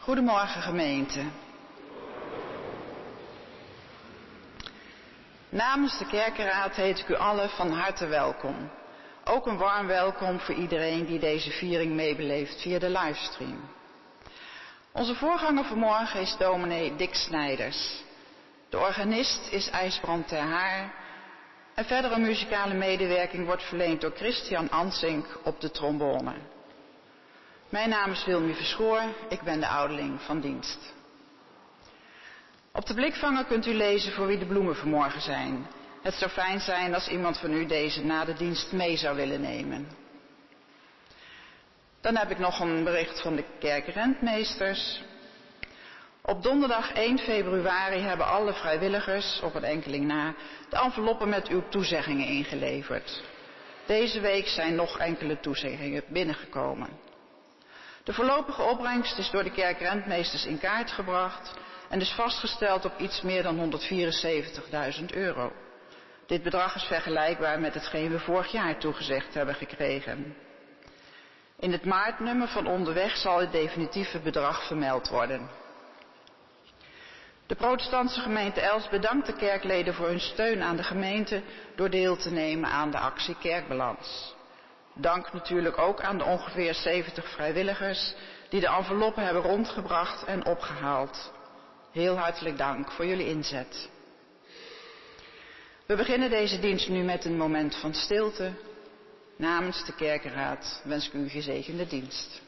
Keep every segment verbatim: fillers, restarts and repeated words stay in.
Goedemorgen gemeente. Namens de kerkenraad heet ik u allen van harte welkom. Ook een warm welkom voor iedereen die deze viering meebeleeft via de livestream. Onze voorganger vanmorgen is dominee Dick Snijders. De organist is IJsbrand ter Haar. En verdere muzikale medewerking wordt verleend door Christian Ansink op de trombone. Mijn naam is Wilmy Verschoor, ik ben de ouderling van dienst. Op de blikvanger kunt u lezen voor wie de bloemen vanmorgen zijn. Het zou fijn zijn als iemand van u deze na de dienst mee zou willen nemen. Dan heb ik nog een bericht van de kerkrentmeesters. Op donderdag één februari hebben alle vrijwilligers, op een enkeling na, de enveloppen met uw toezeggingen ingeleverd. Deze week zijn nog enkele toezeggingen binnengekomen. De voorlopige opbrengst is door de kerkrentmeesters in kaart gebracht en is vastgesteld op iets meer dan honderdvierenzeventigduizend euro. Dit bedrag is vergelijkbaar met hetgeen we vorig jaar toegezegd hebben gekregen. In het maartnummer van onderweg zal het definitieve bedrag vermeld worden. De protestantse gemeente Els bedankt de kerkleden voor hun steun aan de gemeente door deel te nemen aan de actie Kerkbalans. Dank natuurlijk ook aan de ongeveer zeventig vrijwilligers die de enveloppen hebben rondgebracht en opgehaald. Heel hartelijk dank voor jullie inzet. We beginnen deze dienst nu met een moment van stilte. Namens de kerkenraad wens ik u een gezegende dienst.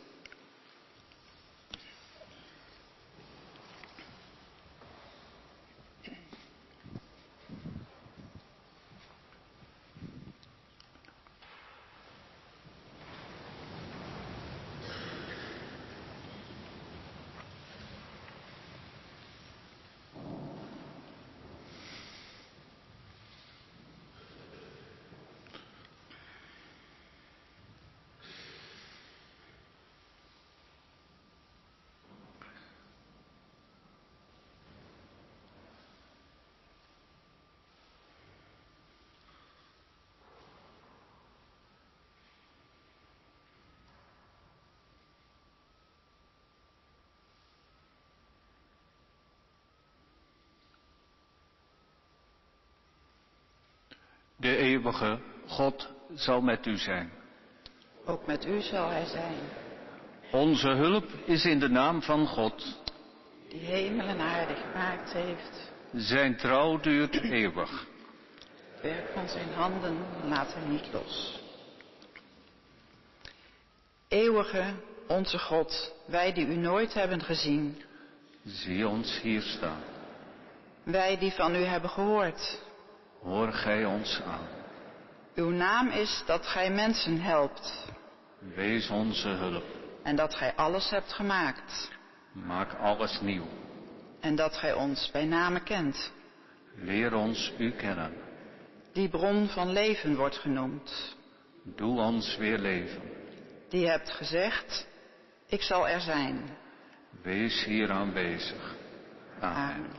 De eeuwige God zal met u zijn. Ook met u zal hij zijn. Onze hulp is in de naam van God, die hemel en aarde gemaakt heeft. Zijn trouw duurt eeuwig. Het werk van zijn handen laat hij niet los. Eeuwige, onze God, wij die u nooit hebben gezien. Zie ons hier staan. Wij die van u hebben gehoord. Hoor gij ons aan. Uw naam is dat gij mensen helpt. Wees onze hulp. En dat gij alles hebt gemaakt. Maak alles nieuw. En dat gij ons bij name kent. Leer ons u kennen. Die bron van leven wordt genoemd. Doe ons weer leven. Die hebt gezegd, ik zal er zijn. Wees hier aanwezig. Amen. Amen.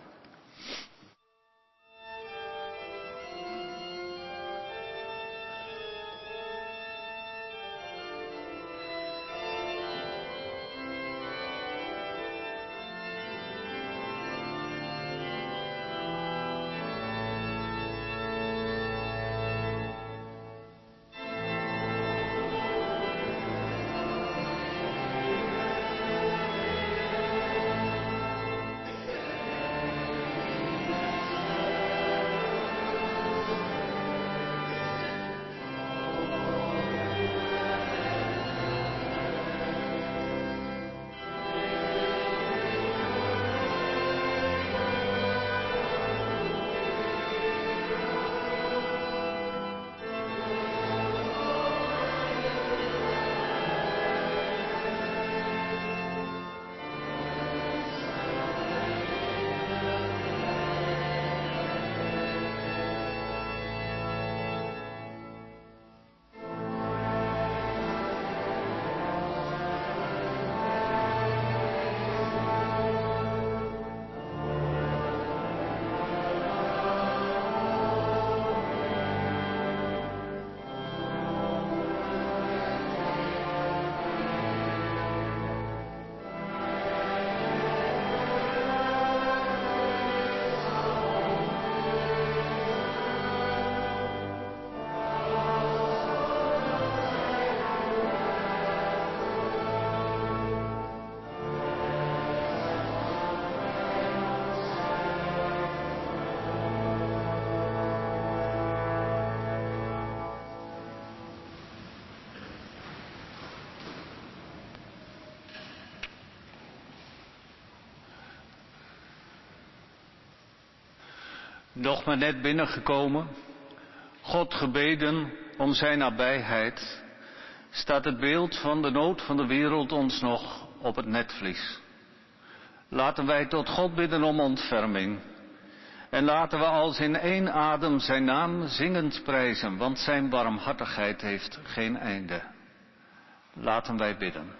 nog maar net binnengekomen, God gebeden om zijn nabijheid, staat het beeld van de nood van de wereld ons nog op het netvlies. Laten wij tot God bidden om ontferming. En laten we als in één adem zijn naam zingend prijzen, want zijn barmhartigheid heeft geen einde. Laten wij bidden.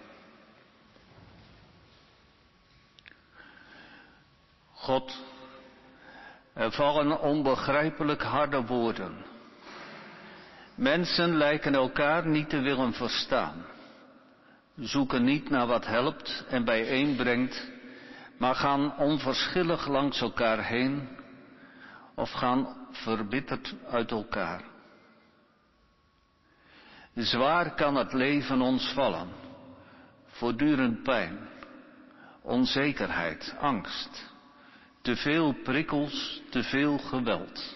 God, er vallen onbegrijpelijk harde woorden. Mensen lijken elkaar niet te willen verstaan. Zoeken niet naar wat helpt en bijeenbrengt, maar gaan onverschillig langs elkaar heen of gaan verbitterd uit elkaar. Zwaar kan het leven ons vallen, voortdurend pijn, onzekerheid, angst, te veel prikkels, te veel geweld.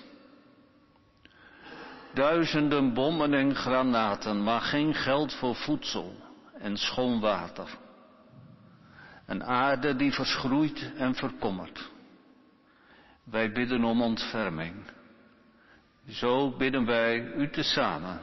Duizenden bommen en granaten, maar geen geld voor voedsel en schoon water. Een aarde die verschroeit en verkommert. Wij bidden om ontferming. Zo bidden wij u tezamen.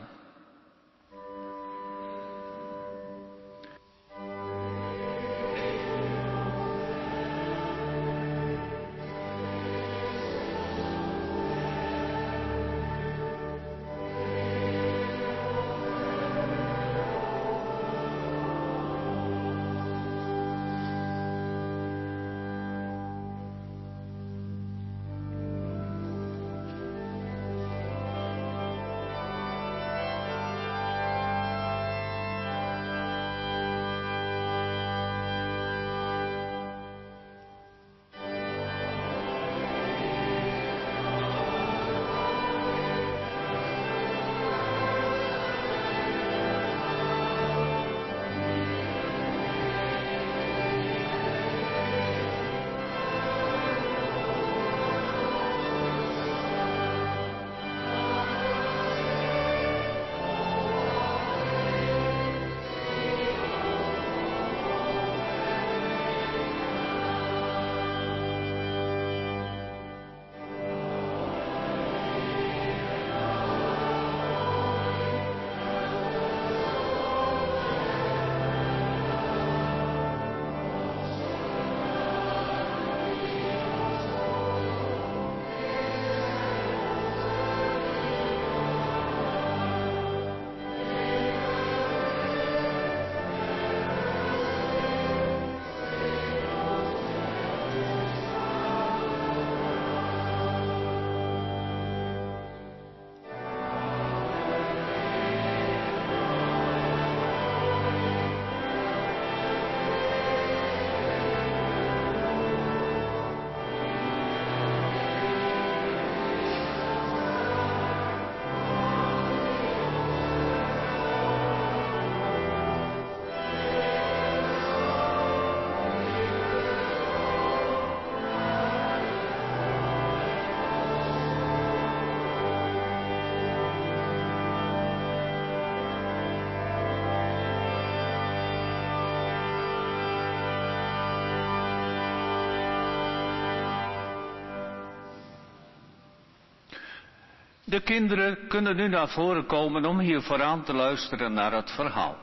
De kinderen kunnen nu naar voren komen om hier vooraan te luisteren naar het verhaal.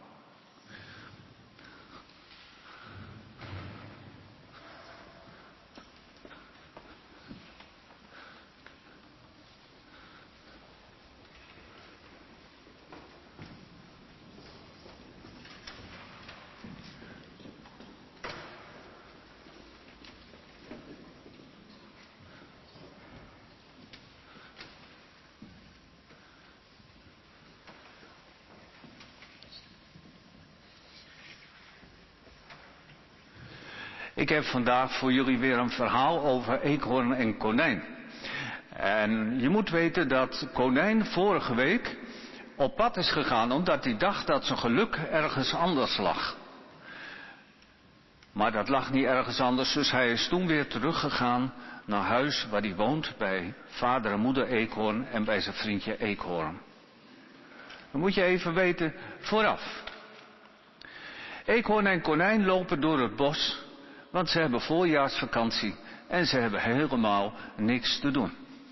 Ik heb vandaag voor jullie weer een verhaal over eekhoorn en konijn. En je moet weten dat konijn vorige week op pad is gegaan omdat hij dacht dat zijn geluk ergens anders lag. Maar dat lag niet ergens anders, dus hij is toen weer teruggegaan naar huis waar hij woont bij vader en moeder eekhoorn en bij zijn vriendje eekhoorn. Dan moet je even weten vooraf. Eekhoorn en konijn lopen door het bos, want ze hebben voorjaarsvakantie en ze hebben helemaal niks te doen.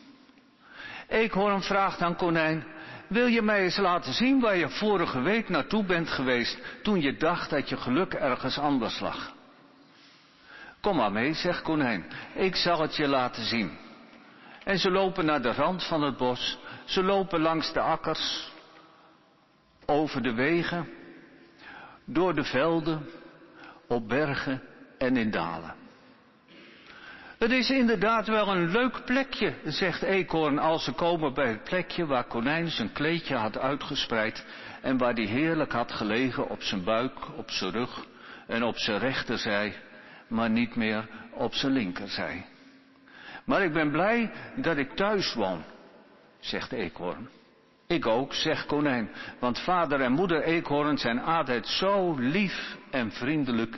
Eekhoorn vraagt aan konijn: wil je mij eens laten zien waar je vorige week naartoe bent geweest toen je dacht dat je geluk ergens anders lag? Kom maar mee, zegt konijn, ik zal het je laten zien. En ze lopen naar de rand van het bos, ze lopen langs de akkers, over de wegen, door de velden, op bergen en in dalen. Het is inderdaad wel een leuk plekje, zegt Eekhoorn, als ze komen bij het plekje waar konijn zijn kleedje had uitgespreid en waar hij heerlijk had gelegen op zijn buik, op zijn rug en op zijn rechterzij, maar niet meer op zijn linkerzij. Maar ik ben blij dat ik thuis woon, zegt Eekhoorn. Ik ook, zegt konijn, want vader en moeder Eekhoorn zijn altijd zo lief en vriendelijk.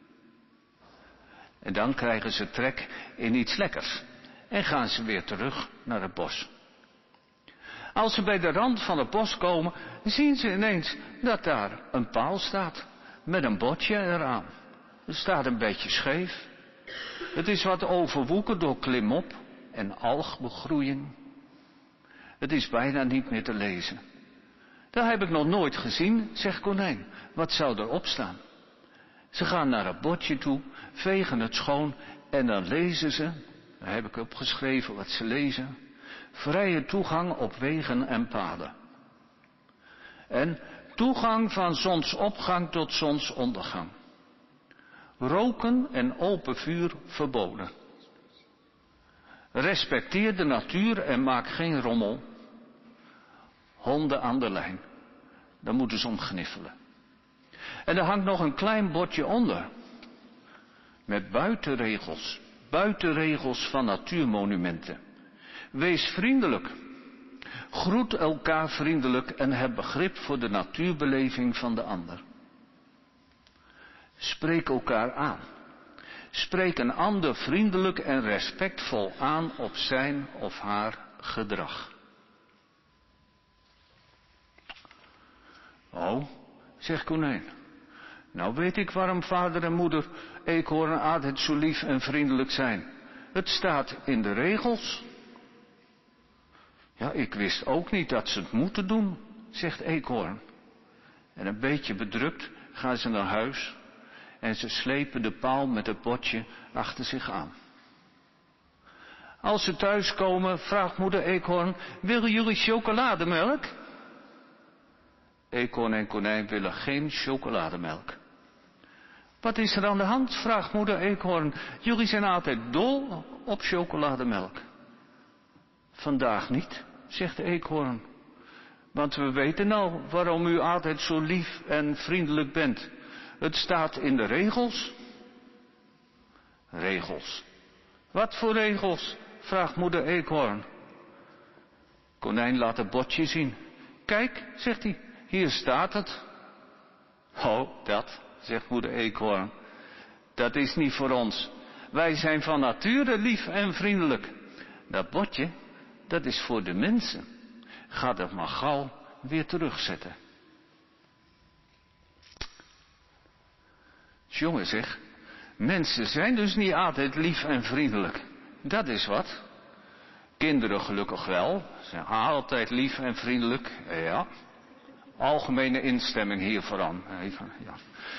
En dan krijgen ze trek in iets lekkers en gaan ze weer terug naar het bos. Als ze bij de rand van het bos komen, zien ze ineens dat daar een paal staat met een bordje eraan. Het staat een beetje scheef. Het is wat overwoekerd door klimop en algbegroeiing. Het is bijna niet meer te lezen. Dat heb ik nog nooit gezien, zegt konijn. Wat zou erop staan? Ze gaan naar het bordje toe, vegen het schoon en dan lezen ze, daar heb ik opgeschreven wat ze lezen, vrije toegang op wegen en paden. En toegang van zonsopgang tot zonsondergang. Roken en open vuur verboden. Respecteer de natuur en maak geen rommel. Honden aan de lijn. Daar moeten ze om gniffelen. En er hangt nog een klein bordje onder. Met buitenregels. Buitenregels van natuurmonumenten. Wees vriendelijk. Groet elkaar vriendelijk en heb begrip voor de natuurbeleving van de ander. Spreek elkaar aan. Spreek een ander vriendelijk en respectvol aan op zijn of haar gedrag. Oh, zegt konijn. Nou weet ik waarom vader en moeder Eekhoorn altijd zo lief en vriendelijk zijn. Het staat in de regels. Ja, ik wist ook niet dat ze het moeten doen, zegt Eekhoorn. En een beetje bedrukt gaan ze naar huis en ze slepen de paal met het bordje achter zich aan. Als ze thuiskomen, vraagt moeder Eekhoorn: willen jullie chocolademelk? Eekhoorn en konijn willen geen chocolademelk. Wat is er aan de hand? Vraagt moeder Eekhoorn. Jullie zijn altijd dol op chocolademelk. Vandaag niet, zegt de eekhoorn. Want we weten nou waarom u altijd zo lief en vriendelijk bent. Het staat in de regels. Regels. Wat voor regels? Vraagt moeder Eekhoorn. Konijn laat het bordje zien. Kijk, zegt hij, hier staat het. Oh, dat, zegt moeder Eekhoorn. Dat is niet voor ons. Wij zijn van nature lief en vriendelijk. Dat bordje, dat is voor de mensen. Ga dat maar gauw weer terugzetten. Jongen zeg, mensen zijn dus niet altijd lief en vriendelijk. Dat is wat. Kinderen gelukkig wel, zijn altijd lief en vriendelijk. Ja, algemene instemming hiervoor aan. Even, ja.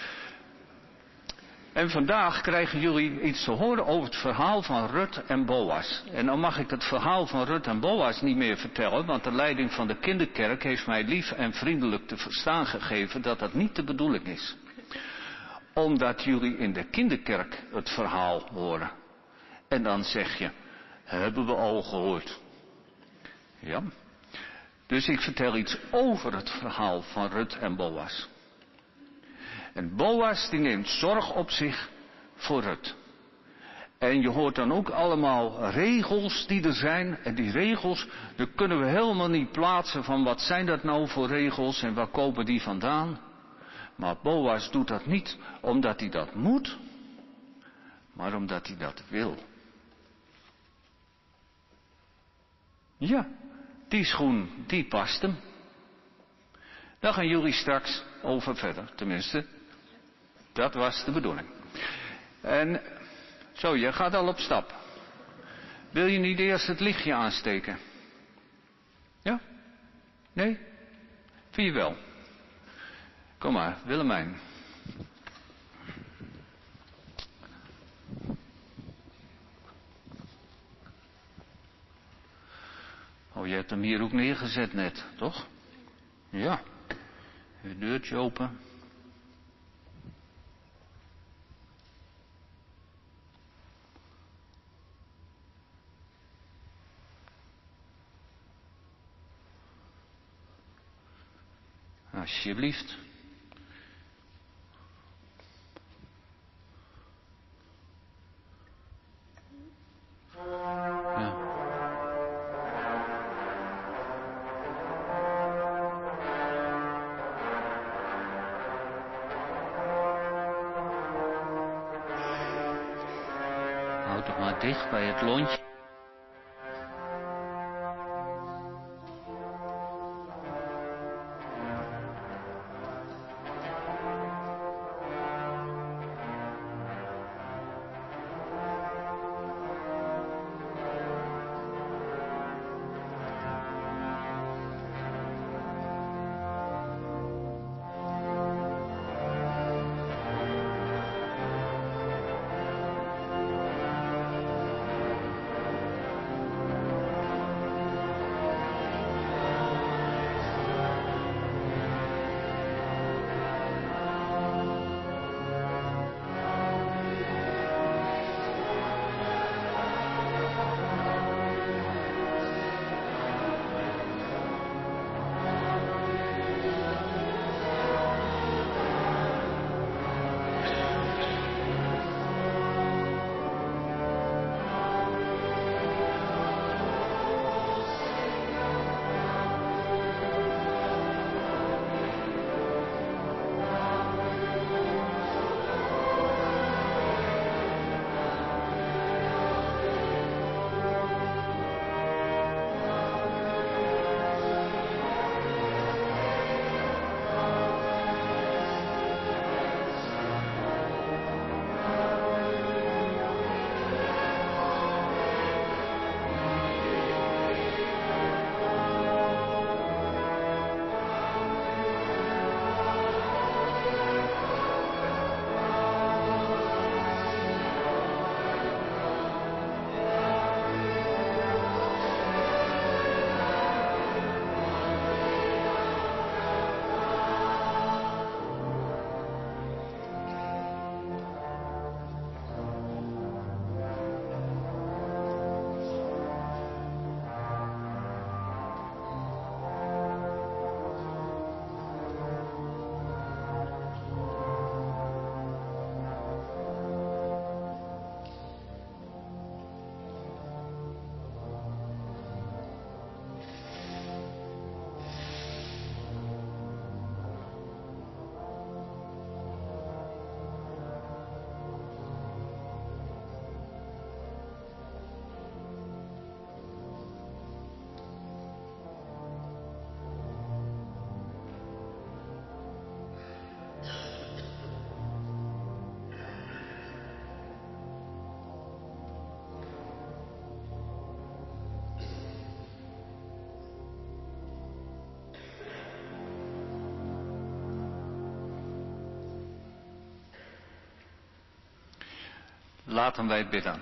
En vandaag krijgen jullie iets te horen over het verhaal van Rut en Boas. En dan mag ik het verhaal van Rut en Boas niet meer vertellen, want de leiding van de kinderkerk heeft mij lief en vriendelijk te verstaan gegeven dat dat niet de bedoeling is. Omdat jullie in de kinderkerk het verhaal horen. En dan zeg je, hebben we al gehoord. Ja. Dus ik vertel iets over het verhaal van Rut en Boas. En Boas die neemt zorg op zich voor Rut. En je hoort dan ook allemaal regels die er zijn. En die regels, daar kunnen we helemaal niet plaatsen van wat zijn dat nou voor regels en waar komen die vandaan. Maar Boas doet dat niet omdat hij dat moet, maar omdat hij dat wil. Ja, die schoen, die past hem. Daar gaan jullie straks over verder, tenminste. Dat was de bedoeling. En zo, je gaat al op stap. Wil je niet eerst het lichtje aansteken? Ja? Nee? Vind je wel? Kom maar, Willemijn. Oh, je hebt hem hier ook neergezet net, toch? Ja. Even deurtje open. Alsjeblieft. Ja. Houd toch maar dicht bij het lontje. Laten wij bidden.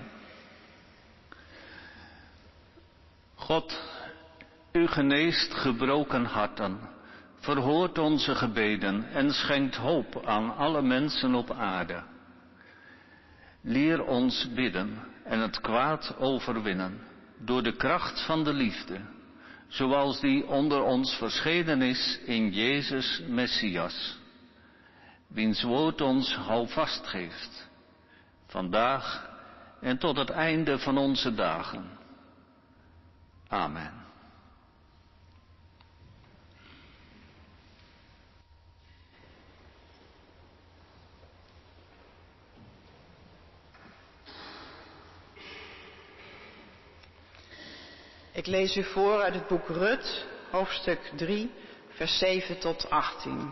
God, u geneest gebroken harten, verhoort onze gebeden en schenkt hoop aan alle mensen op aarde. Leer ons bidden en het kwaad overwinnen door de kracht van de liefde, zoals die onder ons verschenen is in Jezus Messias, wiens woord ons houvast geeft, vandaag en tot het einde van onze dagen. Amen. Ik lees u voor uit het boek Rut, hoofdstuk drie, vers zeven tot achttien.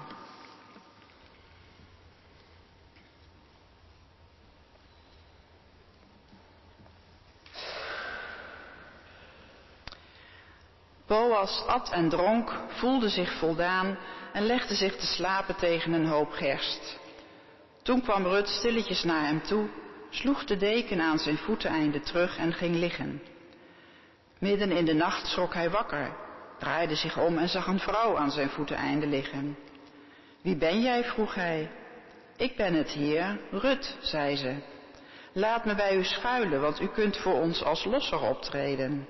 Boas at en dronk, voelde zich voldaan en legde zich te slapen tegen een hoop gerst. Toen kwam Rut stilletjes naar hem toe, sloeg de deken aan zijn voeteneinde terug en ging liggen. Midden in de nacht schrok hij wakker, draaide zich om en zag een vrouw aan zijn voeteneinde liggen. Wie ben jij? Vroeg hij. Ik ben het, heer, Rut, zei ze. Laat me bij u schuilen, want u kunt voor ons als losser optreden.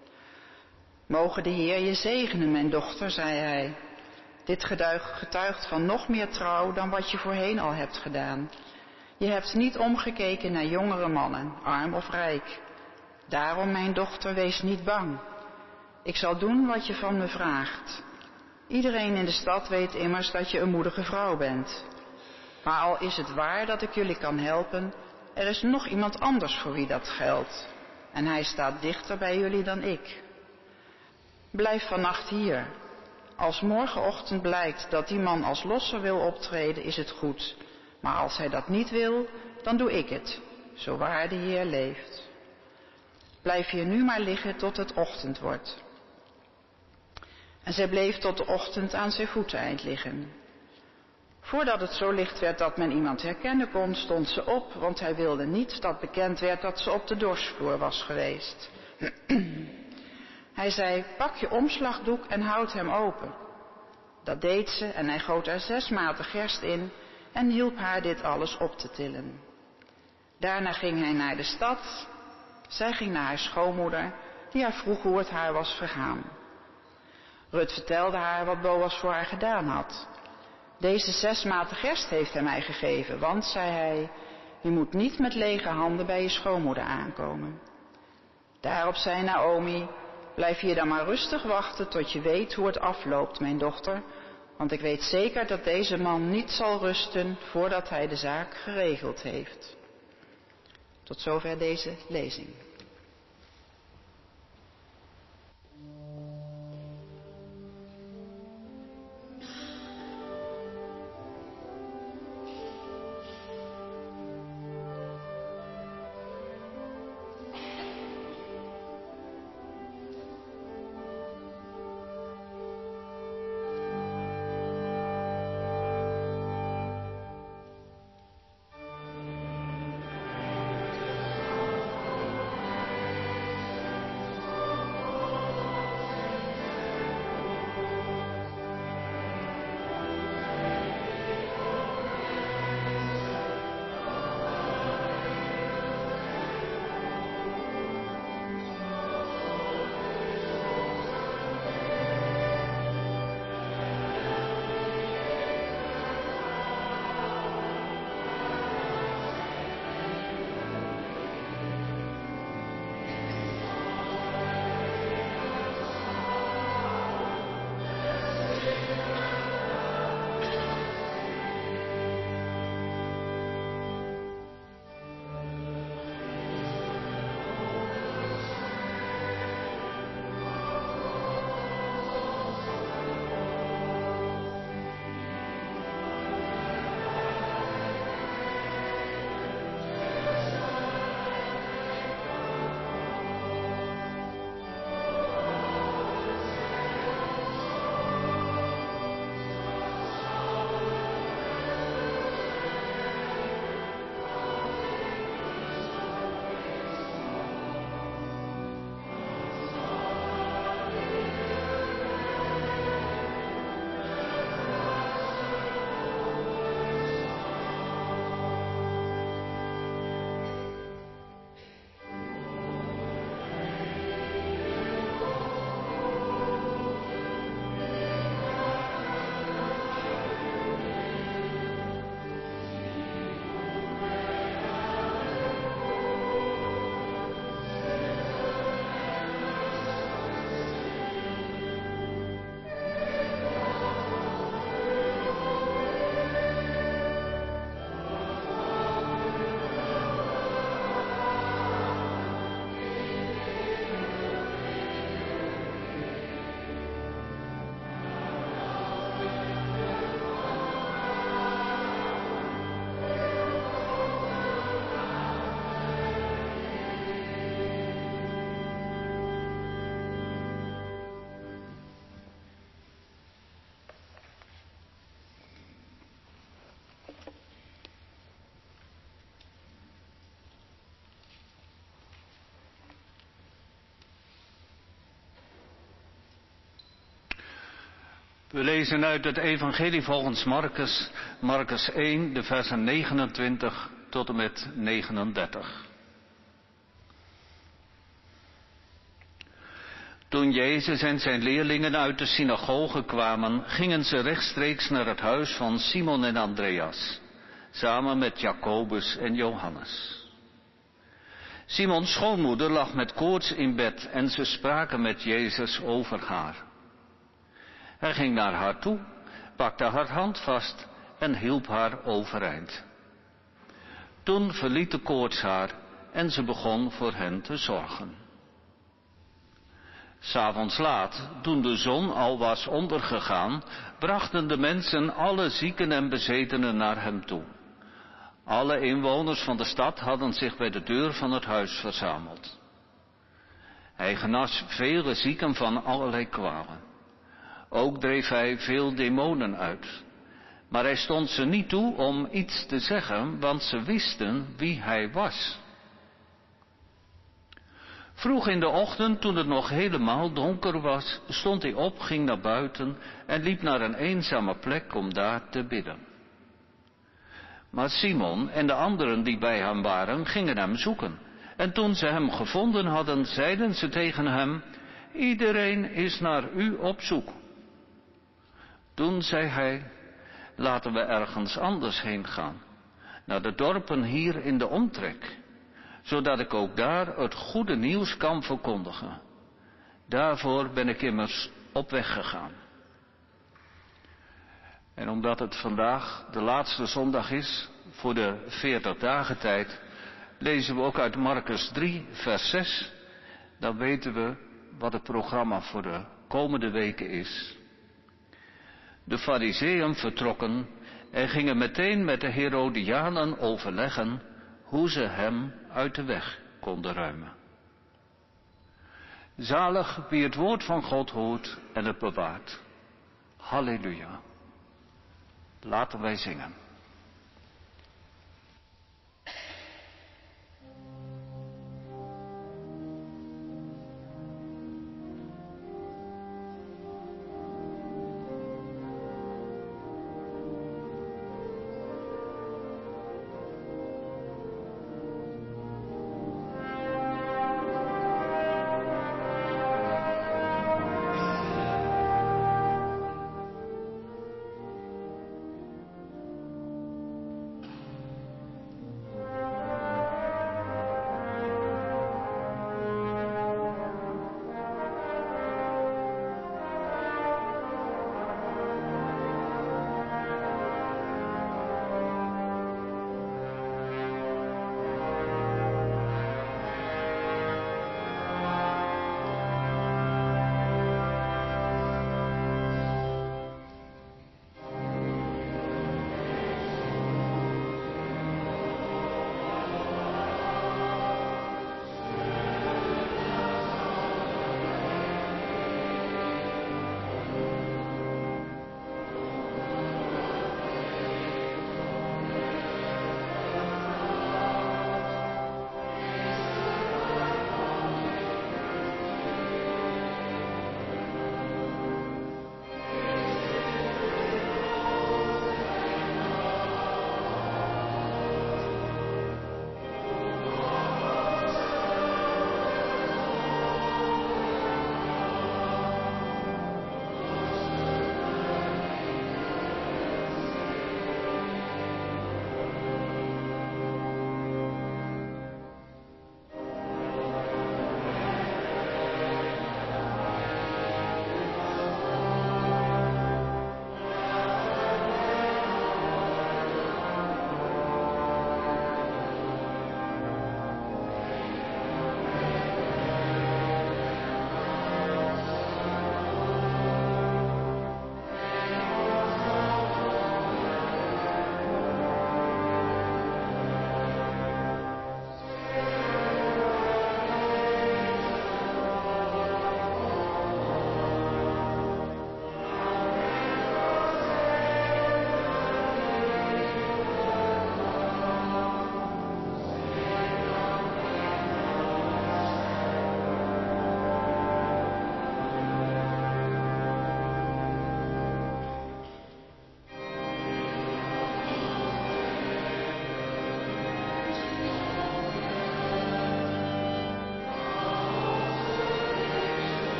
Mogen de Heer je zegenen, mijn dochter, zei hij. Dit getuigt van nog meer trouw dan wat je voorheen al hebt gedaan. Je hebt niet omgekeken naar jongere mannen, arm of rijk. Daarom, mijn dochter, wees niet bang. Ik zal doen wat je van me vraagt. Iedereen in de stad weet immers dat je een moedige vrouw bent. Maar al is het waar dat ik jullie kan helpen, er is nog iemand anders voor wie dat geldt. En hij staat dichter bij jullie dan ik. Blijf vannacht hier. Als morgenochtend blijkt dat die man als losser wil optreden, is het goed. Maar als hij dat niet wil, dan doe ik het, zo waar de Heer leeft. Blijf hier nu maar liggen tot het ochtend wordt. En zij bleef tot de ochtend aan zijn voeteneind liggen. Voordat het zo licht werd dat men iemand herkennen kon, stond ze op, want hij wilde niet dat bekend werd dat ze op de dorpsvloer was geweest. Hij zei, pak je omslagdoek en houd hem open. Dat deed ze en hij goot er zes maten gerst in en hielp haar dit alles op te tillen. Daarna ging hij naar de stad. Zij ging naar haar schoonmoeder, die haar vroeg hoe het haar was vergaan. Rut vertelde haar wat Boas voor haar gedaan had. Deze zes maten gerst heeft hij mij gegeven, want, zei hij, je moet niet met lege handen bij je schoonmoeder aankomen. Daarop zei Naomi, blijf hier dan maar rustig wachten tot je weet hoe het afloopt, mijn dochter, want ik weet zeker dat deze man niet zal rusten voordat hij de zaak geregeld heeft. Tot zover deze lezing. We lezen uit het Evangelie volgens Marcus, Marcus één, de versen negenentwintig tot en met negenendertig. Toen Jezus en zijn leerlingen uit de synagoge kwamen, gingen ze rechtstreeks naar het huis van Simon en Andreas, samen met Jacobus en Johannes. Simons schoonmoeder lag met koorts in bed en ze spraken met Jezus over haar. Hij ging naar haar toe, pakte haar hand vast en hielp haar overeind. Toen verliet de koorts haar en ze begon voor hen te zorgen. 'S Avonds laat, toen de zon al was ondergegaan, brachten de mensen alle zieken en bezetenen naar hem toe. Alle inwoners van de stad hadden zich bij de deur van het huis verzameld. Hij genas vele zieken van allerlei kwalen. Ook dreef hij veel demonen uit. Maar hij stond ze niet toe om iets te zeggen, want ze wisten wie hij was. Vroeg in de ochtend, toen het nog helemaal donker was, stond hij op, ging naar buiten en liep naar een eenzame plek om daar te bidden. Maar Simon en de anderen die bij hem waren, gingen hem zoeken. En toen ze hem gevonden hadden, zeiden ze tegen hem: iedereen is naar u op zoek. Toen zei hij: laten we ergens anders heen gaan, naar de dorpen hier in de omtrek, zodat ik ook daar het goede nieuws kan verkondigen. Daarvoor ben ik immers op weg gegaan. En omdat het vandaag de laatste zondag is voor de veertig dagen tijd, lezen we ook uit Marcus drie, vers zes. Dan weten we wat het programma voor de komende weken is. De Farizeeën vertrokken en gingen meteen met de Herodianen overleggen hoe ze hem uit de weg konden ruimen. Zalig wie het woord van God hoort en het bewaart. Halleluja. Laten wij zingen.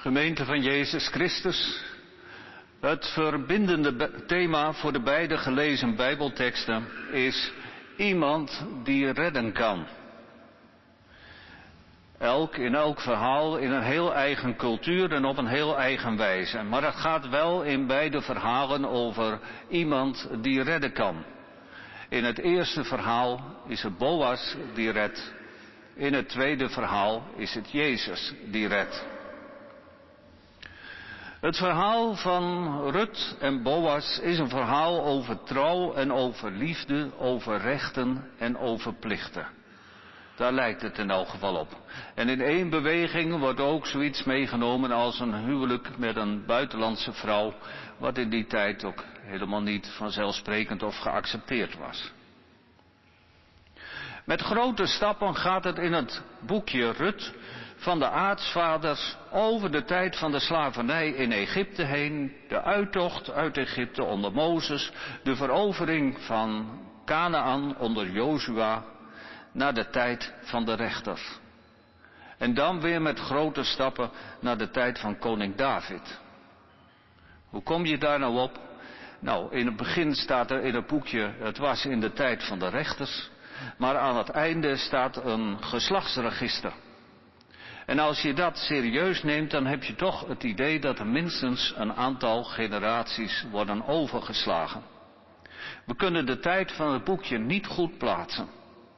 Gemeente van Jezus Christus, het verbindende thema voor de beide gelezen Bijbelteksten is iemand die redden kan. Elk in elk verhaal in een heel eigen cultuur en op een heel eigen wijze. Maar het gaat wel in beide verhalen over iemand die redden kan. In het eerste verhaal is het Boas die redt. In het tweede verhaal is het Jezus die redt. Het verhaal van Rut en Boas is een verhaal over trouw en over liefde, over rechten en over plichten. Daar lijkt het in elk geval op. En in één beweging wordt ook zoiets meegenomen als een huwelijk met een buitenlandse vrouw, wat in die tijd ook helemaal niet vanzelfsprekend of geaccepteerd was. Met grote stappen gaat het in het boekje Rut van de aartsvaders over de tijd van de slavernij in Egypte heen, de uittocht uit Egypte onder Mozes, de verovering van Kanaan onder Jozua, naar de tijd van de rechter. En dan weer met grote stappen naar de tijd van koning David. Hoe kom je daar nou op? Nou, in het begin staat er in het boekje, het was in de tijd van de rechters, maar aan het einde staat een geslachtsregister. En als je dat serieus neemt, dan heb je toch het idee dat er minstens een aantal generaties worden overgeslagen. We kunnen de tijd van het boekje niet goed plaatsen.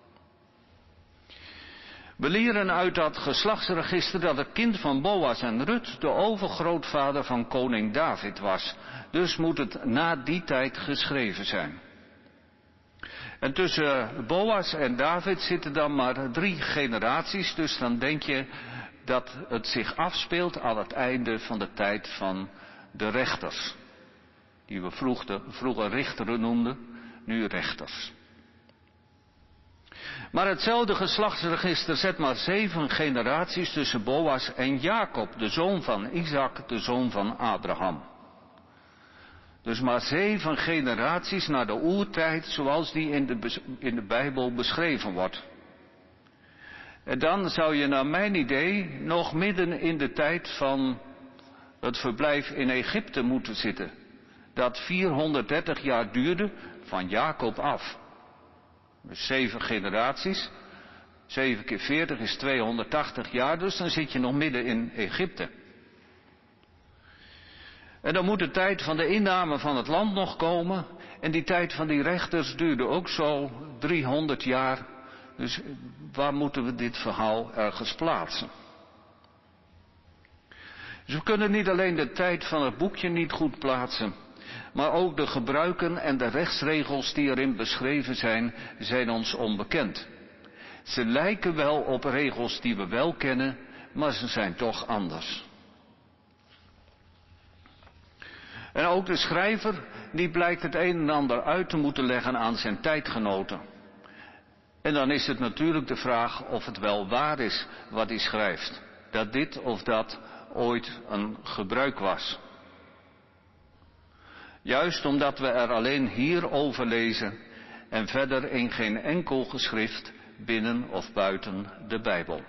We leren uit dat geslachtsregister dat het kind van Boas en Rut de overgrootvader van koning David was. Dus moet het na die tijd geschreven zijn. En tussen Boas en David zitten dan maar drie generaties, dus dan denk je dat het zich afspeelt aan het einde van de tijd van de rechters. Die we vroeger, vroeger richteren noemden, nu rechters. Maar hetzelfde geslachtsregister zet maar zeven generaties tussen Boas en Jacob, de zoon van Isaac, de zoon van Abraham. Dus maar zeven generaties naar de oertijd, zoals die in de, in de Bijbel beschreven wordt. En dan zou je naar mijn idee nog midden in de tijd van het verblijf in Egypte moeten zitten. Dat vierhonderddertig jaar duurde van Jacob af. Dus zeven generaties. Zeven keer veertig is tweehonderdtachtig jaar, dus dan zit je nog midden in Egypte. En dan moet de tijd van de inname van het land nog komen. En die tijd van die rechters duurde ook zo driehonderd jaar. Dus waar moeten we dit verhaal ergens plaatsen? Dus we kunnen niet alleen de tijd van het boekje niet goed plaatsen, maar ook de gebruiken en de rechtsregels die erin beschreven zijn, zijn ons onbekend. Ze lijken wel op regels die we wel kennen, maar ze zijn toch anders. En ook de schrijver, die blijkt het een en ander uit te moeten leggen aan zijn tijdgenoten. En dan is het natuurlijk de vraag of het wel waar is wat hij schrijft. Dat dit of dat ooit een gebruik was. Juist omdat we er alleen hierover lezen en verder in geen enkel geschrift binnen of buiten de Bijbel.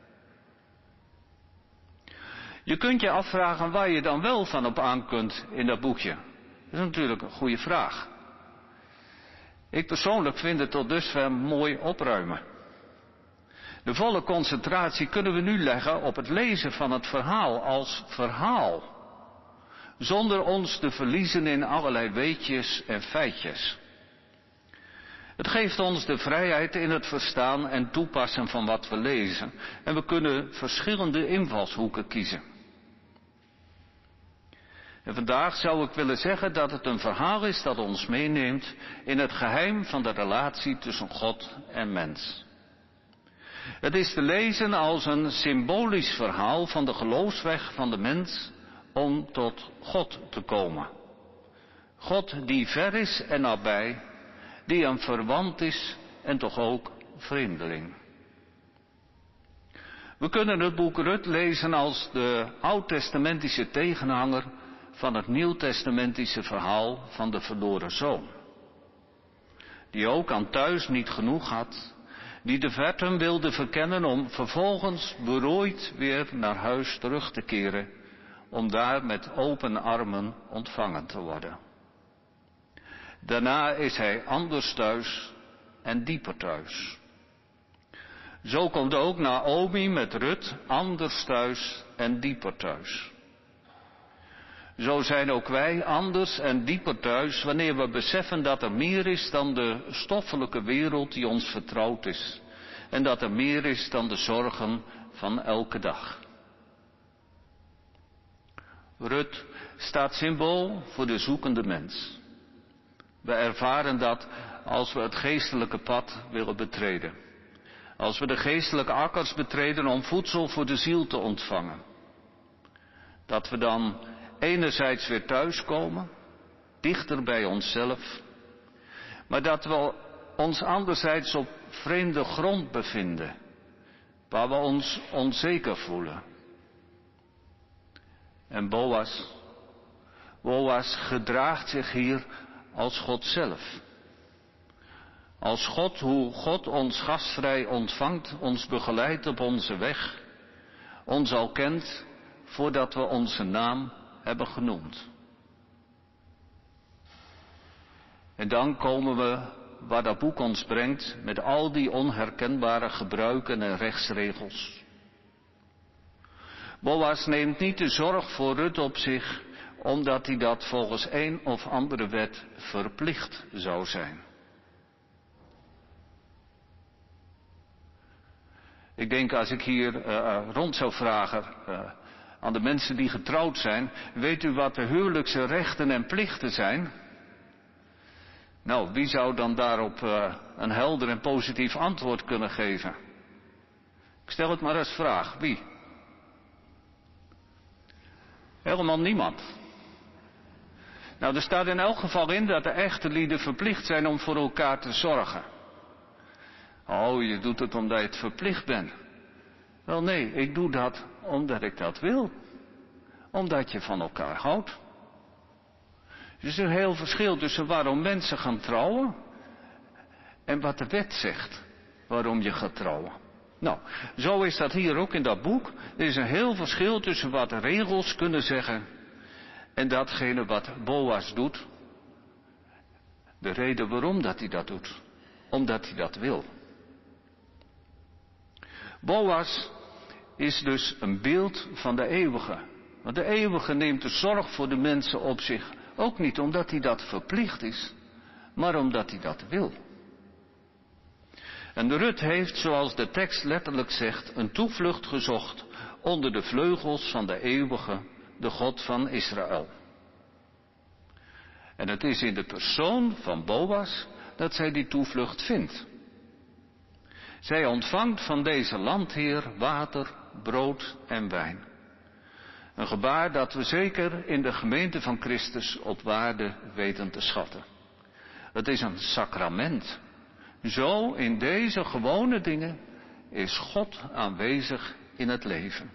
Je kunt je afvragen waar je dan wel van op aan kunt in dat boekje. Dat is natuurlijk een goede vraag. Ik persoonlijk vind het tot dusver mooi opruimen. De volle concentratie kunnen we nu leggen op het lezen van het verhaal als verhaal. Zonder ons te verliezen in allerlei weetjes en feitjes. Het geeft ons de vrijheid in het verstaan en toepassen van wat we lezen. En we kunnen verschillende invalshoeken kiezen. En vandaag zou ik willen zeggen dat het een verhaal is dat ons meeneemt in het geheim van de relatie tussen God en mens. Het is te lezen als een symbolisch verhaal van de geloofsweg van de mens om tot God te komen. God die ver is en nabij, die een verwant is en toch ook vreemdeling. We kunnen het boek Rut lezen als de oud-testamentische tegenhanger van het nieuw-testamentische verhaal van de verloren zoon. Die ook aan thuis niet genoeg had, die de verten wilde verkennen om vervolgens berooid weer naar huis terug te keren, om daar met open armen ontvangen te worden. Daarna is hij anders thuis en dieper thuis. Zo komt ook Naomi met Rut anders thuis en dieper thuis. Zo zijn ook wij anders en dieper thuis wanneer we beseffen dat er meer is dan de stoffelijke wereld die ons vertrouwd is. En dat er meer is dan de zorgen van elke dag. Rut staat symbool voor de zoekende mens. We ervaren dat als we het geestelijke pad willen betreden. Als we de geestelijke akkers betreden om voedsel voor de ziel te ontvangen. Dat we dan enerzijds weer thuiskomen, dichter bij onszelf. Maar dat we ons anderzijds op vreemde grond bevinden. Waar we ons onzeker voelen. En Boas, Boas gedraagt zich hier als God zelf. Als God, hoe God ons gastvrij ontvangt, ons begeleidt op onze weg, ons al kent voordat we onze naam hebben genoemd. En dan komen we waar dat boek ons brengt met al die onherkenbare gebruiken en rechtsregels. Boas neemt niet de zorg voor Rut op zich, omdat hij dat volgens een of andere wet verplicht zou zijn. Ik denk als ik hier uh, rond zou vragen uh, aan de mensen die getrouwd zijn, weet u wat de huwelijkse rechten en plichten zijn? Nou, wie zou dan daarop uh, een helder en positief antwoord kunnen geven? Ik stel het maar als vraag, wie? Helemaal niemand. Nou, er staat in elk geval in dat de echte lieden verplicht zijn om voor elkaar te zorgen. Oh, je doet het omdat je het verplicht bent. Wel nee, ik doe dat omdat ik dat wil. Omdat je van elkaar houdt. Er is een heel verschil tussen waarom mensen gaan trouwen en wat de wet zegt waarom je gaat trouwen. Nou, zo is dat hier ook in dat boek. Er is een heel verschil tussen wat de regels kunnen zeggen en datgene wat Boas doet. De reden waarom dat hij dat doet. Omdat hij dat wil. Boas is dus een beeld van de eeuwige. Want de eeuwige neemt de zorg voor de mensen op zich. Ook niet omdat hij dat verplicht is, maar omdat hij dat wil. En de Rut heeft, zoals de tekst letterlijk zegt, een toevlucht gezocht onder de vleugels van de eeuwige, de God van Israël. En het is in de persoon van Boas dat zij die toevlucht vindt. Zij ontvangt van deze landheer water, brood en wijn. Een gebaar dat we zeker in de gemeente van Christus op waarde weten te schatten. Het is een sacrament. Zo in deze gewone dingen is God aanwezig in het leven.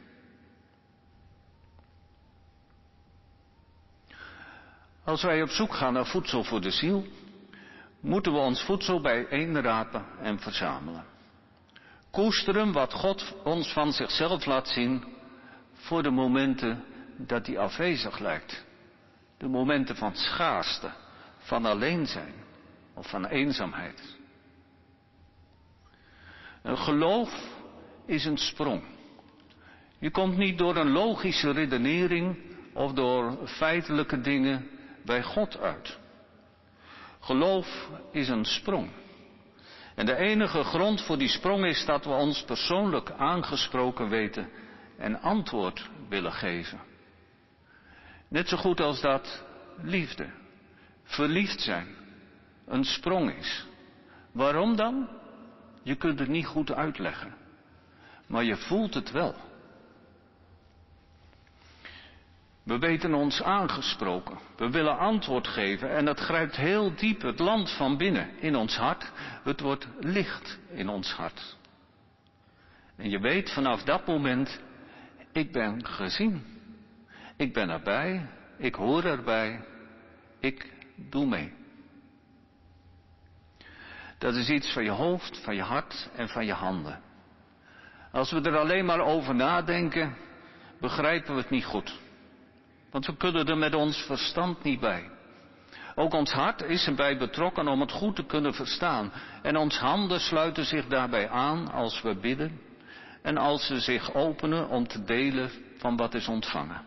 Als wij op zoek gaan naar voedsel voor de ziel, moeten we ons voedsel bijeenrapen en verzamelen. Koesteren wat God ons van zichzelf laat zien voor de momenten dat hij afwezig lijkt. De momenten van schaarste, van alleen zijn of van eenzaamheid. Een geloof is een sprong. Je komt niet door een logische redenering of door feitelijke dingen bij God uit. Geloof is een sprong. En de enige grond voor die sprong is dat we ons persoonlijk aangesproken weten en antwoord willen geven. Net zo goed als dat liefde, verliefd zijn, een sprong is. Waarom dan? Je kunt het niet goed uitleggen. Maar je voelt het wel. We weten ons aangesproken. We willen antwoord geven en dat grijpt heel diep het land van binnen in ons hart. Het wordt licht in ons hart. En je weet vanaf dat moment, ik ben gezien. Ik ben erbij, ik hoor erbij, ik doe mee. Dat is iets van je hoofd, van je hart en van je handen. Als we er alleen maar over nadenken, begrijpen we het niet goed. Want we kunnen er met ons verstand niet bij. Ook ons hart is erbij betrokken om het goed te kunnen verstaan. En ons handen sluiten zich daarbij aan als we bidden en als ze zich openen om te delen van wat is ontvangen.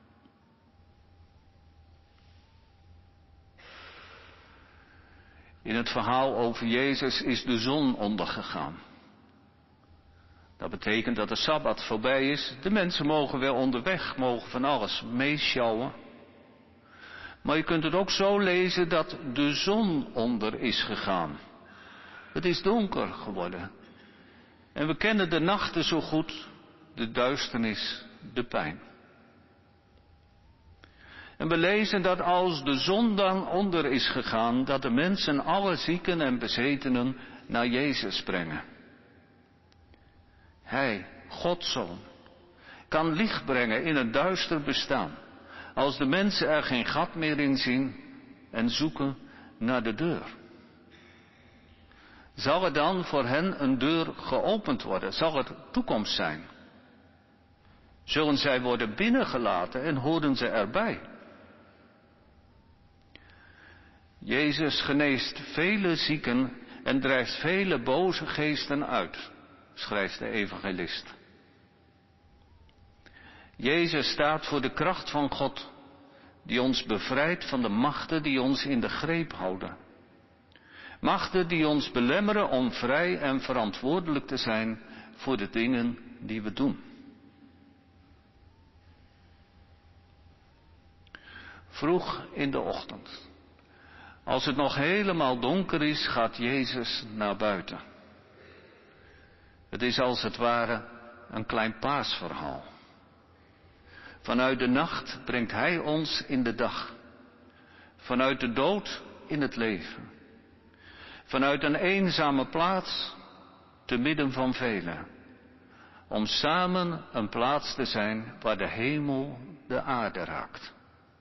In het verhaal over Jezus is de zon ondergegaan. Dat betekent dat de Sabbat voorbij is. De mensen mogen wel onderweg, mogen van alles meeschouwen. Maar je kunt het ook zo lezen dat de zon onder is gegaan. Het is donker geworden. En we kennen de nachten zo goed, de duisternis, de pijn. En we lezen dat als de zon dan onder is gegaan, dat de mensen alle zieken en bezetenen naar Jezus brengen. Hij, Gods Zoon, kan licht brengen in een duister bestaan, als de mensen er geen gat meer in zien en zoeken naar de deur. Zal er dan voor hen een deur geopend worden? Zal het toekomst zijn? Zullen zij worden binnengelaten en horen ze erbij? Jezus geneest vele zieken en drijft vele boze geesten uit, schrijft de evangelist. Jezus staat voor de kracht van God, die ons bevrijdt van de machten die ons in de greep houden. Machten die ons belemmeren om vrij en verantwoordelijk te zijn voor de dingen die we doen. Vroeg in de ochtend, als het nog helemaal donker is, gaat Jezus naar buiten. Het is als het ware een klein paasverhaal. Vanuit de nacht brengt Hij ons in de dag. Vanuit de dood in het leven. Vanuit een eenzame plaats te midden van velen. Om samen een plaats te zijn waar de hemel de aarde raakt.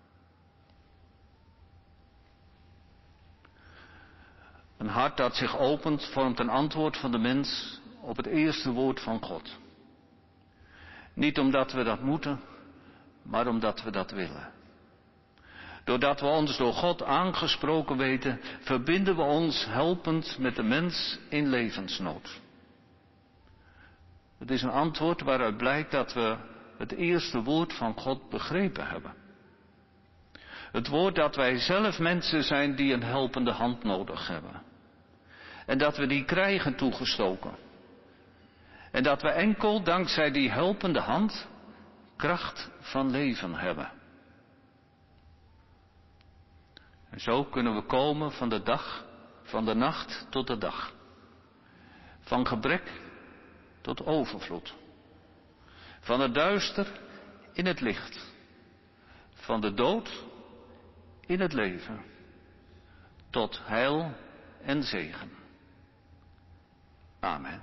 Een hart dat zich opent vormt een antwoord van de mens op het eerste woord van God. Niet omdat we dat moeten, maar omdat we dat willen. Doordat we ons door God aangesproken weten, verbinden we ons helpend met de mens in levensnood. Het is een antwoord waaruit blijkt dat we het eerste woord van God begrepen hebben. Het woord dat wij zelf mensen zijn die een helpende hand nodig hebben. En dat we die krijgen toegestoken. En dat we enkel dankzij die helpende hand kracht van leven hebben. En zo kunnen we komen van de dag, van de nacht tot de dag. Van gebrek tot overvloed. Van het duister in het licht. Van de dood in het leven. Tot heil en zegen. Amen.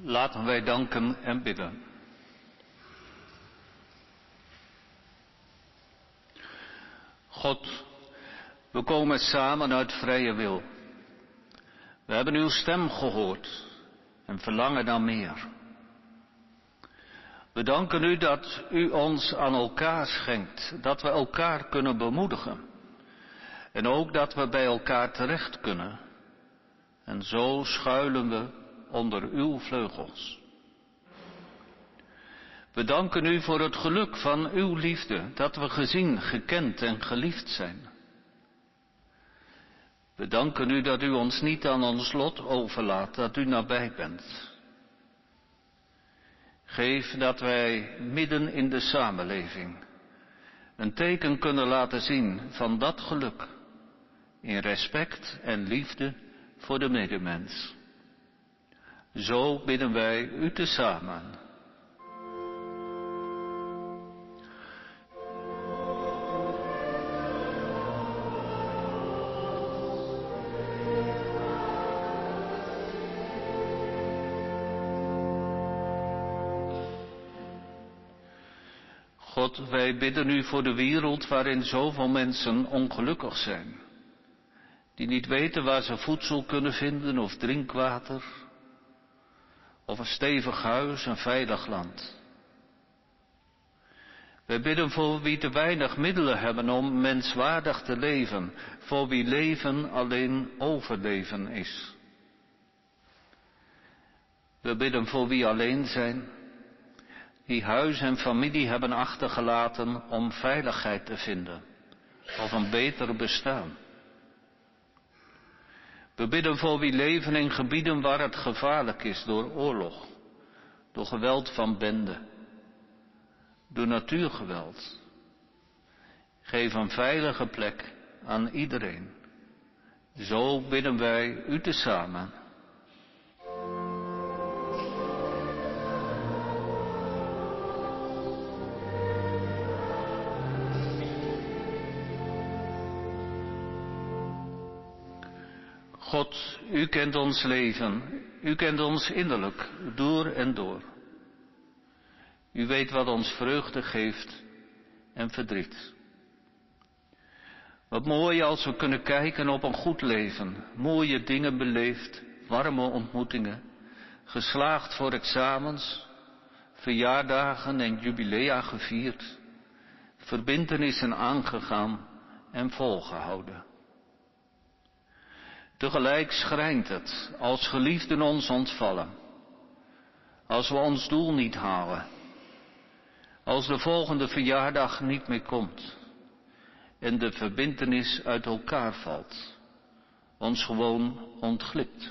Laten wij danken en bidden. God, we komen samen uit vrije wil. We hebben uw stem gehoord en verlangen naar meer. We danken u dat u ons aan elkaar schenkt, dat we elkaar kunnen bemoedigen. En ook dat we bij elkaar terecht kunnen. En zo schuilen we onder uw vleugels. We danken u voor het geluk van uw liefde, dat we gezien, gekend en geliefd zijn. We danken u dat u ons niet aan ons lot overlaat, dat u nabij bent. Geef dat wij midden in de samenleving een teken kunnen laten zien van dat geluk, in respect en liefde voor de medemens. Zo bidden wij u tezamen. God, wij bidden u voor de wereld waarin zoveel mensen ongelukkig zijn. Die niet weten waar ze voedsel kunnen vinden of drinkwater. Of een stevig huis, een veilig land. Wij bidden voor wie te weinig middelen hebben om menswaardig te leven. Voor wie leven alleen overleven is. We bidden voor wie alleen zijn. Die huis en familie hebben achtergelaten om veiligheid te vinden. Of een beter bestaan. We bidden voor wie leven in gebieden waar het gevaarlijk is door oorlog. Door geweld van benden. Door natuurgeweld. Geef een veilige plek aan iedereen. Zo bidden wij u tezamen. God, u kent ons leven, u kent ons innerlijk, door en door. U weet wat ons vreugde geeft en verdriet. Wat mooi als we kunnen kijken op een goed leven, mooie dingen beleefd, warme ontmoetingen, geslaagd voor examens, verjaardagen en jubilea gevierd, verbintenissen aangegaan en volgehouden. Tegelijk schrijnt het als geliefden ons ontvallen, als we ons doel niet halen, als de volgende verjaardag niet meer komt en de verbintenis uit elkaar valt, ons gewoon ontglipt.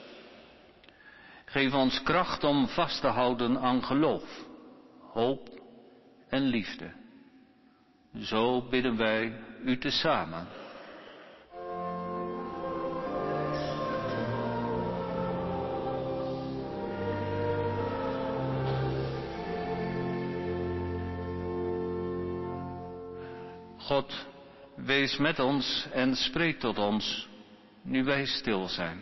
Geef ons kracht om vast te houden aan geloof, hoop en liefde. Zo bidden wij u tezamen. God, wees met ons en spreek tot ons, nu wij stil zijn.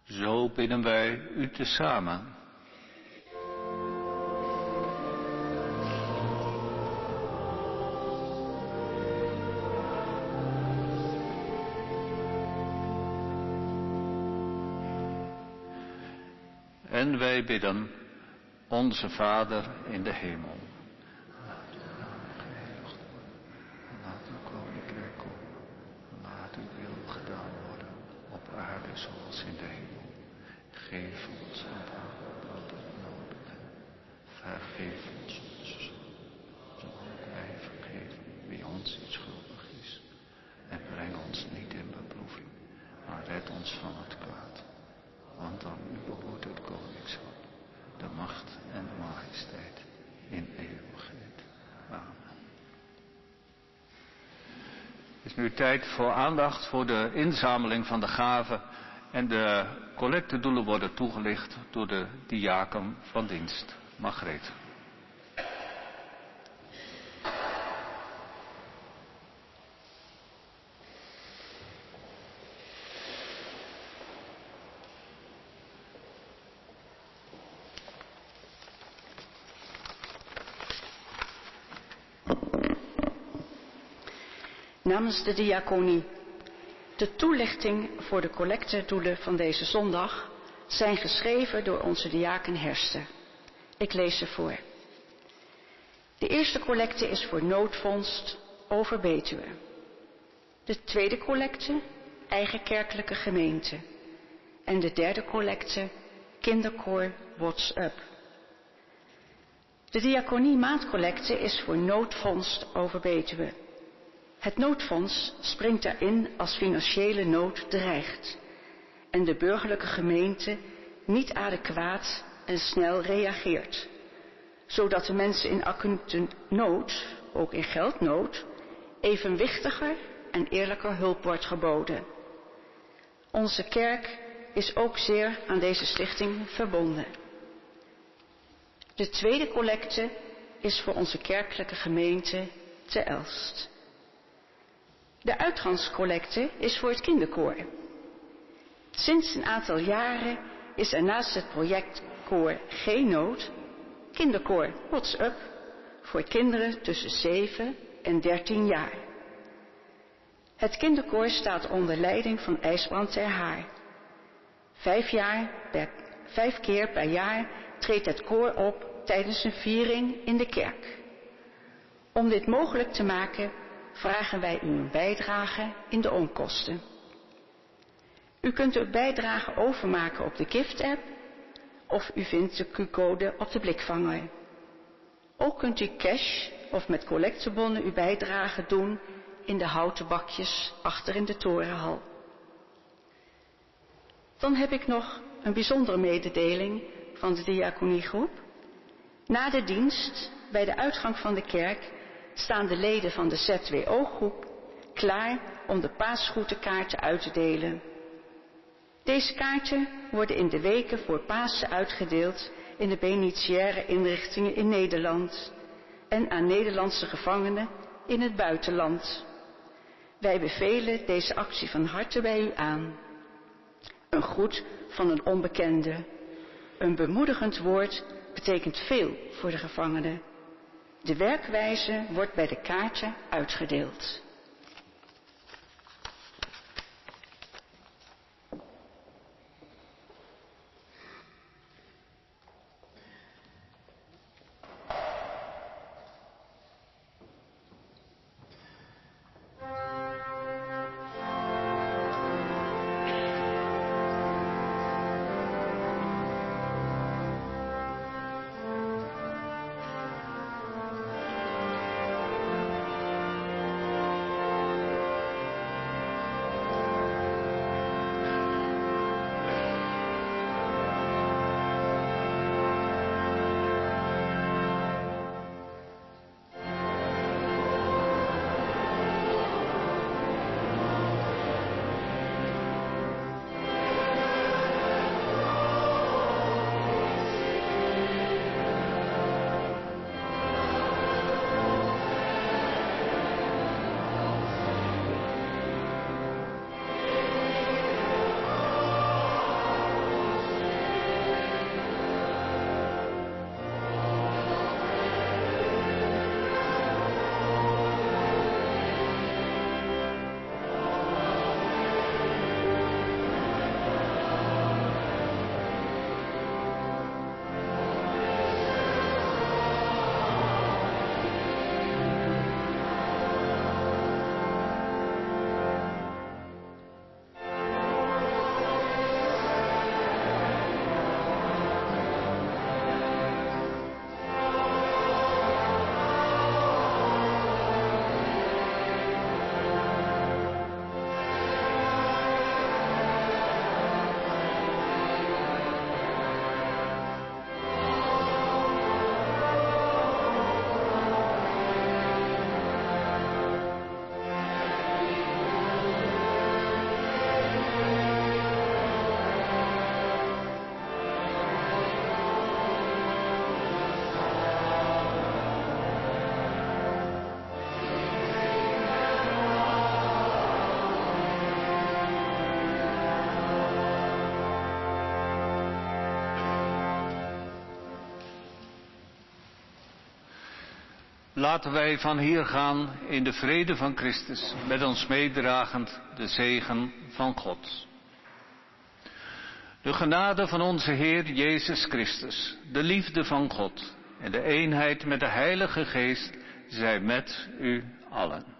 Zo bidden wij u tezamen. En wij bidden, onze Vader in de hemel. Laat uw naam geheiligd worden. Laat uw koninkrijk komen. Laat uw wil gedaan worden, op aarde zoals in de hemel. Geef ons vandaag wat we nodig hebben. Vergeef ons onze schuld, zoals wij vergeven wie ons iets schuldig is. En breng ons niet in beproeving, maar red ons van het kwaad. Want aan u behoort het koningschap, de macht en de majesteit in eeuwigheid. Amen. Het is nu tijd voor aandacht voor de inzameling van de gaven en de collectedoelen worden toegelicht door de diaken van dienst. Margreet. Namens de diaconie. De toelichting voor de collectedoelen van deze zondag zijn geschreven door onze diaken Hersten. Ik lees ze voor. De eerste collecte is voor noodfonds over Betuwe. De tweede collecte, eigen kerkelijke gemeente. En de derde collecte, kinderkoor What's Up. De diaconie maandcollecte is voor noodfonds over Betuwe. Het noodfonds springt daarin als financiële nood dreigt en de burgerlijke gemeente niet adequaat en snel reageert, zodat de mensen in acute nood, ook in geldnood, evenwichtiger en eerlijker hulp wordt geboden. Onze kerk is ook zeer aan deze stichting verbonden. De tweede collecte is voor onze kerkelijke gemeente te Elst. De uitgangscollecte is voor het kinderkoor. Sinds een aantal jaren is er naast het project Koor Geen Nood kinderkoor What's Up voor kinderen tussen zeven en dertien jaar. Het kinderkoor staat onder leiding van IJsbrand ter Haar. Vijf, jaar per, vijf keer per jaar treedt het koor op tijdens een viering in de kerk. Om dit mogelijk te maken vragen wij u een bijdrage in de onkosten. U kunt uw bijdrage overmaken op de Gift-app of u vindt de Q R-code op de blikvanger. Ook kunt u cash of met collectebonnen uw bijdrage doen in de houten bakjes achter in de torenhal. Dan heb ik nog een bijzondere mededeling van de diaconiegroep. Na de dienst, bij de uitgang van de kerk, staan de leden van de Z W O-groep klaar om de paasgroetekaarten uit te delen. Deze kaarten worden in de weken voor Pasen uitgedeeld in de penitentiaire inrichtingen in Nederland en aan Nederlandse gevangenen in het buitenland. Wij bevelen deze actie van harte bij u aan. Een groet van een onbekende. Een bemoedigend woord betekent veel voor de gevangenen. De werkwijze wordt bij de kaarten uitgedeeld. laten wij van hier gaan in de vrede van Christus, met ons meedragend de zegen van God. De genade van onze Heer Jezus Christus, de liefde van God en de eenheid met de Heilige Geest zij met u allen.